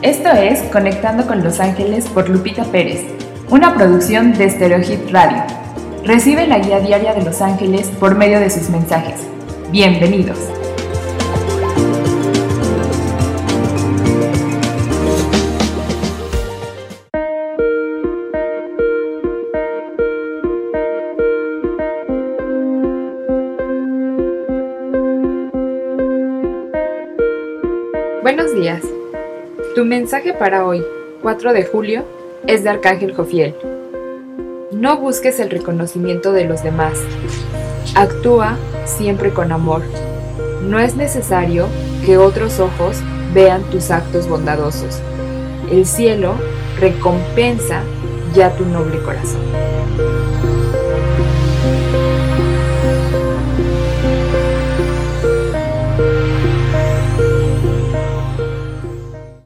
Esto es Conectando con Los Ángeles por Lupita Pérez, una producción de Stereohit Radio. Recibe la guía diaria de Los Ángeles por medio de sus mensajes. Bienvenidos. Buenos días. Tu mensaje para hoy, 4 de julio, es de Arcángel Jofiel. No busques el reconocimiento de los demás. Actúa siempre con amor. No es necesario que otros ojos vean tus actos bondadosos. El cielo recompensa ya tu noble corazón.